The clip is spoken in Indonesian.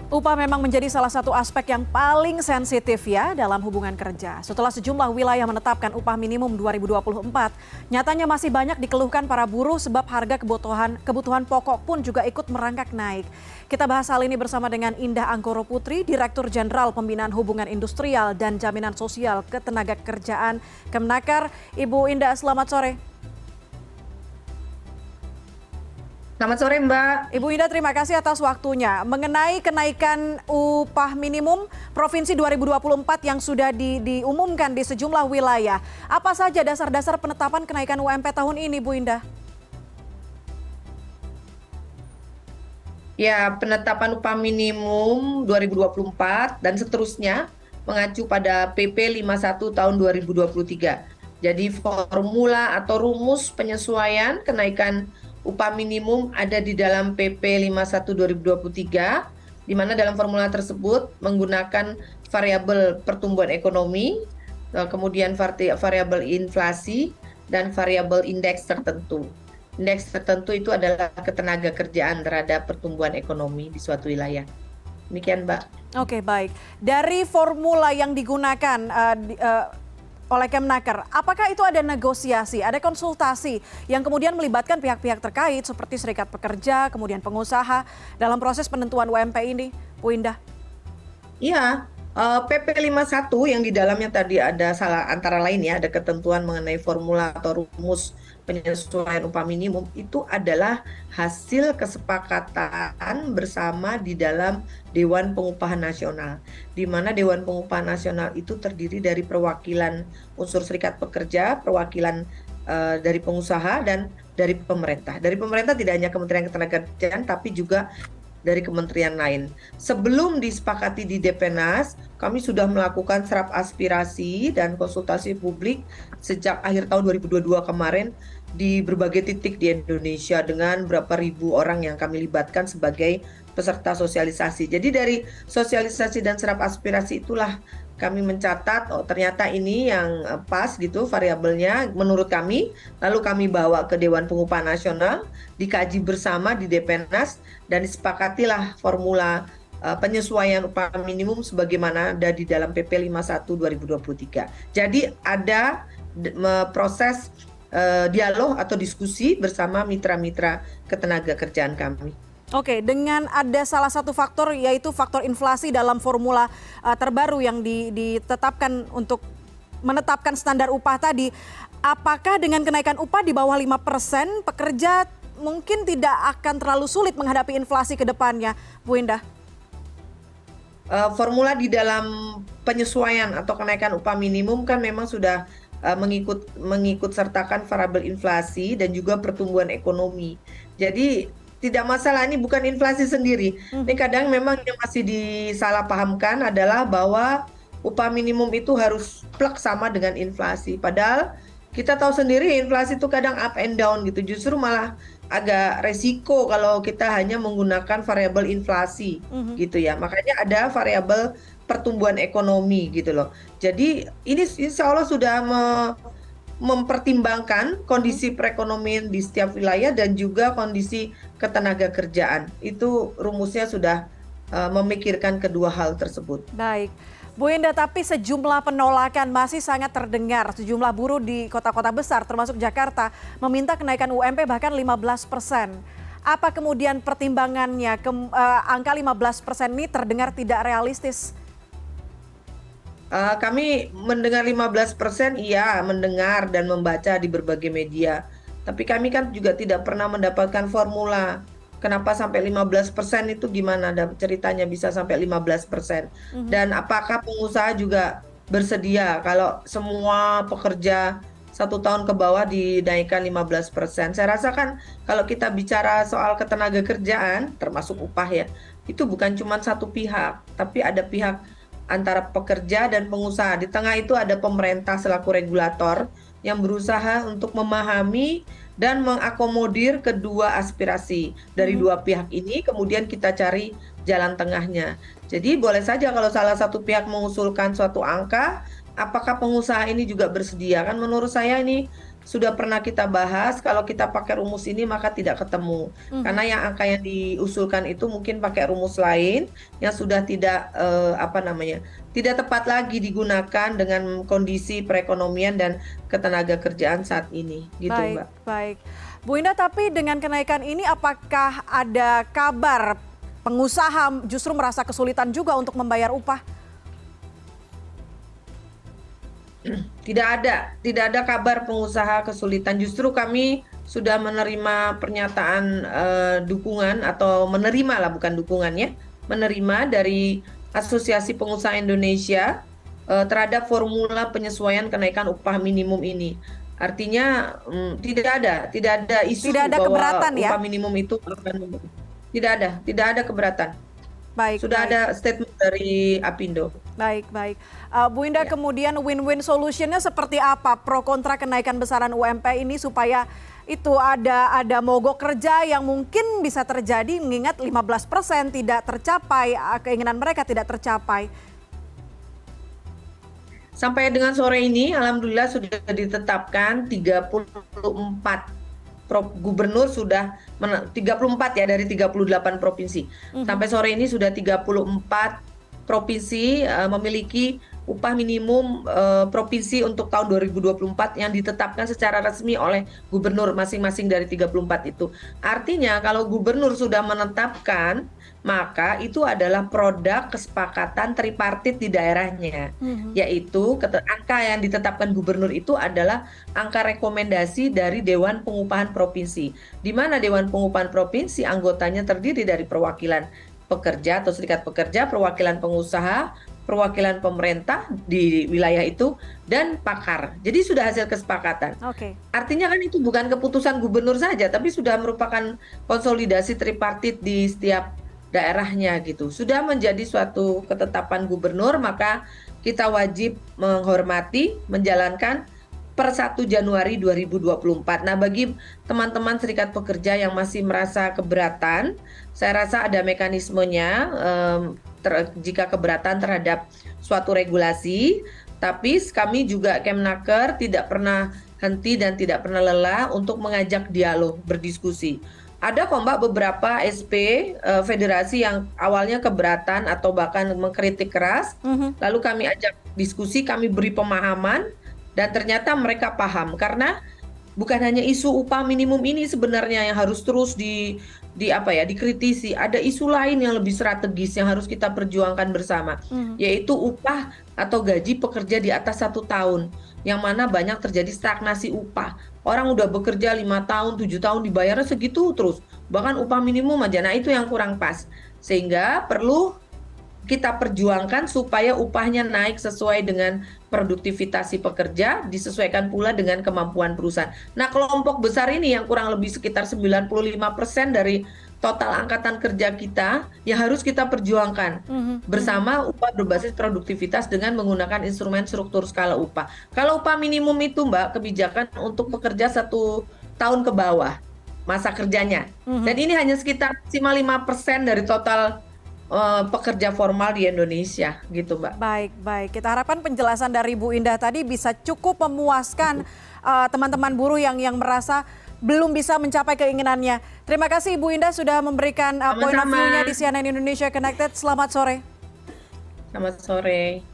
Upah memang menjadi salah satu aspek yang paling sensitif ya dalam hubungan kerja. Setelah sejumlah wilayah menetapkan upah minimum 2024, nyatanya masih banyak dikeluhkan para buruh sebab harga kebutuhan pokok pun juga ikut merangkak naik. Kita bahas hal ini bersama dengan Indah Anggoro Putri, Direktur Jenderal Pembinaan Hubungan Industrial dan Jaminan Sosial Ketenagakerjaan Kemnaker. Ibu Indah, selamat sore. Selamat sore, Mbak. Ibu Indah, terima kasih atas waktunya. Mengenai kenaikan upah minimum Provinsi 2024 yang sudah diumumkan di sejumlah wilayah, apa saja dasar-dasar penetapan kenaikan UMP tahun ini, Bu Indah? Ya, penetapan upah minimum 2024 dan seterusnya mengacu pada PP 51 tahun 2023. Jadi formula atau rumus penyesuaian kenaikan upah minimum ada di dalam PP 51 2023, di mana dalam formula tersebut menggunakan variabel pertumbuhan ekonomi, kemudian variabel inflasi, dan variabel indeks tertentu. Indeks tertentu itu adalah ketenaga kerjaan terhadap pertumbuhan ekonomi di suatu wilayah. Demikian, Mbak. Oke, baik. Dari formula yang digunakan oleh Kemnaker, apakah itu ada negosiasi, ada konsultasi yang kemudian melibatkan pihak-pihak terkait seperti serikat pekerja, kemudian pengusaha dalam proses penentuan UMP ini, Bu Indah? Iya, PP 51 yang di dalamnya tadi ada antara lain ya, ada ketentuan mengenai formula atau rumus penyesuaian upah minimum itu adalah hasil kesepakatan bersama di dalam Dewan Pengupahan Nasional, di mana Dewan Pengupahan Nasional itu terdiri dari perwakilan unsur serikat pekerja, perwakilan dari pengusaha, dan dari pemerintah. Dari pemerintah tidak hanya Kementerian Ketenagakerjaan, tapi juga dari kementerian lain. Sebelum disepakati di Depenas, kami sudah melakukan serap aspirasi dan konsultasi publik sejak akhir tahun 2022 kemarin di berbagai titik di Indonesia dengan berapa ribu orang yang kami libatkan sebagai peserta sosialisasi. Jadi dari sosialisasi dan serap aspirasi itulah kami mencatat, oh ternyata ini yang pas gitu variabelnya menurut kami, lalu kami bawa ke Dewan Pengupahan Nasional, dikaji bersama di Depenas, dan disepakatilah formula penyesuaian upah minimum sebagaimana ada di dalam PP 51 2023. Jadi ada proses dialog atau diskusi bersama mitra-mitra ketenagakerjaan kami. Oke, dengan ada salah satu faktor yaitu faktor inflasi dalam formula terbaru yang ditetapkan untuk menetapkan standar upah tadi, apakah dengan kenaikan upah di bawah 5% pekerja mungkin tidak akan terlalu sulit menghadapi inflasi ke depannya, Bu Indah? Formula di dalam penyesuaian atau kenaikan upah minimum kan memang sudah mengikut sertakan variabel inflasi dan juga pertumbuhan ekonomi. Jadi tidak masalah, ini bukan inflasi sendiri. Ini kadang memang yang masih disalahpahamkan adalah bahwa upah minimum itu harus plek sama dengan inflasi. Padahal kita tahu sendiri inflasi itu kadang up and down gitu. Justru malah agak resiko kalau kita hanya menggunakan variabel inflasi gitu ya. Makanya ada variabel pertumbuhan ekonomi gitu loh. Jadi ini insya Allah sudah mempertimbangkan kondisi perekonomian di setiap wilayah dan juga kondisi ketenagakerjaan. Itu rumusnya sudah memikirkan kedua hal tersebut. Baik. Bu Indah, tapi sejumlah penolakan masih sangat terdengar. Sejumlah buruh di kota-kota besar termasuk Jakarta meminta kenaikan UMP bahkan 15%. Apa kemudian pertimbangannya angka 15% ini terdengar tidak realistis? Kami mendengar 15%, iya mendengar dan membaca di berbagai media. Tapi kami kan juga tidak pernah mendapatkan formula. Kenapa sampai 15% itu gimana ceritanya bisa sampai 15%? Dan apakah pengusaha juga bersedia kalau semua pekerja 1 tahun ke bawah dinaikkan 15%? Saya rasa kan kalau kita bicara soal ketenagakerjaan termasuk upah ya, itu bukan cuma satu pihak, tapi ada pihak antara pekerja dan pengusaha. Di tengah itu ada pemerintah selaku regulator yang berusaha untuk memahami dan mengakomodir kedua aspirasi dari dua pihak ini, kemudian kita cari jalan tengahnya. Jadi boleh saja kalau salah satu pihak mengusulkan suatu angka, apakah pengusaha ini juga bersedia? Kan menurut saya ini sudah pernah kita bahas, kalau kita pakai rumus ini maka tidak ketemu. Karena yang angka yang diusulkan itu mungkin pakai rumus lain yang sudah tidak apa namanya, tidak tepat lagi digunakan dengan kondisi perekonomian dan ketenaga kerjaan saat ini, gitu Baik, Mbak. baik. Bu Indah, tapi dengan kenaikan ini apakah ada kabar pengusaha justru merasa kesulitan juga untuk membayar upah? Tidak ada kabar pengusaha kesulitan. Justru kami sudah menerima pernyataan dukungan atau menerima lah, bukan dukungan ya, menerima dari Asosiasi Pengusaha Indonesia terhadap formula penyesuaian kenaikan upah minimum ini. Artinya tidak ada isu Tidak ada bahwa keberatan ya? upah minimum itu akan tidak ada keberatan. Baik, Sudah baik. ada statement dari Apindo. Baik, baik. Bu Indah, Ya. kemudian win-win solutionnya seperti apa? Pro kontra kenaikan besaran UMP ini supaya itu ada mogok kerja yang mungkin bisa terjadi mengingat 15% tidak tercapai, keinginan mereka tidak tercapai. Sampai dengan sore ini, alhamdulillah sudah ditetapkan 34 gubernur sudah 34 ya dari 38 provinsi. Sampai sore ini sudah 34 provinsi memiliki upah minimum provinsi untuk tahun 2024 yang ditetapkan secara resmi oleh gubernur masing-masing dari 34 itu. Artinya kalau gubernur sudah menetapkan, maka itu adalah produk kesepakatan tripartit di daerahnya, yaitu angka yang ditetapkan gubernur itu adalah angka rekomendasi dari Dewan Pengupahan Provinsi, di mana Dewan Pengupahan Provinsi anggotanya terdiri dari perwakilan pekerja atau serikat pekerja, perwakilan pengusaha, perwakilan pemerintah di wilayah itu, dan pakar. Jadi sudah hasil kesepakatan. Oke. Artinya kan itu bukan keputusan gubernur saja, tapi sudah merupakan konsolidasi tripartit di setiap daerahnya gitu. Sudah menjadi suatu ketetapan gubernur, maka kita wajib menghormati, menjalankan per 1 Januari 2024. Nah, bagi teman-teman serikat pekerja yang masih merasa keberatan, saya rasa ada mekanismenya jika keberatan terhadap suatu regulasi, tapi kami juga Kemnaker tidak pernah henti dan tidak pernah lelah untuk mengajak dialog, berdiskusi. Ada kok Mbak beberapa SP federasi yang awalnya keberatan atau bahkan mengkritik keras, lalu kami ajak diskusi, kami beri pemahaman, dan ternyata mereka paham karena bukan hanya isu upah minimum ini sebenarnya yang harus terus dikritisi. Ada isu lain yang lebih strategis yang harus kita perjuangkan bersama, yaitu upah atau gaji pekerja di atas 1 tahun, yang mana banyak terjadi stagnasi upah. Orang udah bekerja 5 tahun, 7 tahun dibayarnya segitu terus, bahkan upah minimum aja. Nah, itu yang kurang pas, sehingga perlu kita perjuangkan supaya upahnya naik sesuai dengan produktivitas si pekerja, disesuaikan pula dengan kemampuan perusahaan. Nah, kelompok besar ini yang kurang lebih sekitar 95% dari total angkatan kerja kita yang harus kita perjuangkan bersama upah berbasis produktivitas dengan menggunakan instrumen struktur skala upah. Kalau upah minimum itu Mbak, kebijakan untuk pekerja 1 tahun ke bawah masa kerjanya. Dan ini hanya sekitar 5% dari total pekerja formal di Indonesia gitu Mbak. Baik, baik. Kita harapkan penjelasan dari Bu Indah tadi bisa cukup memuaskan teman-teman buruh yang merasa belum bisa mencapai keinginannya. Terima kasih Bu Indah sudah memberikan point of view-nya di CNN Indonesia Connected. Selamat sore. Selamat sore.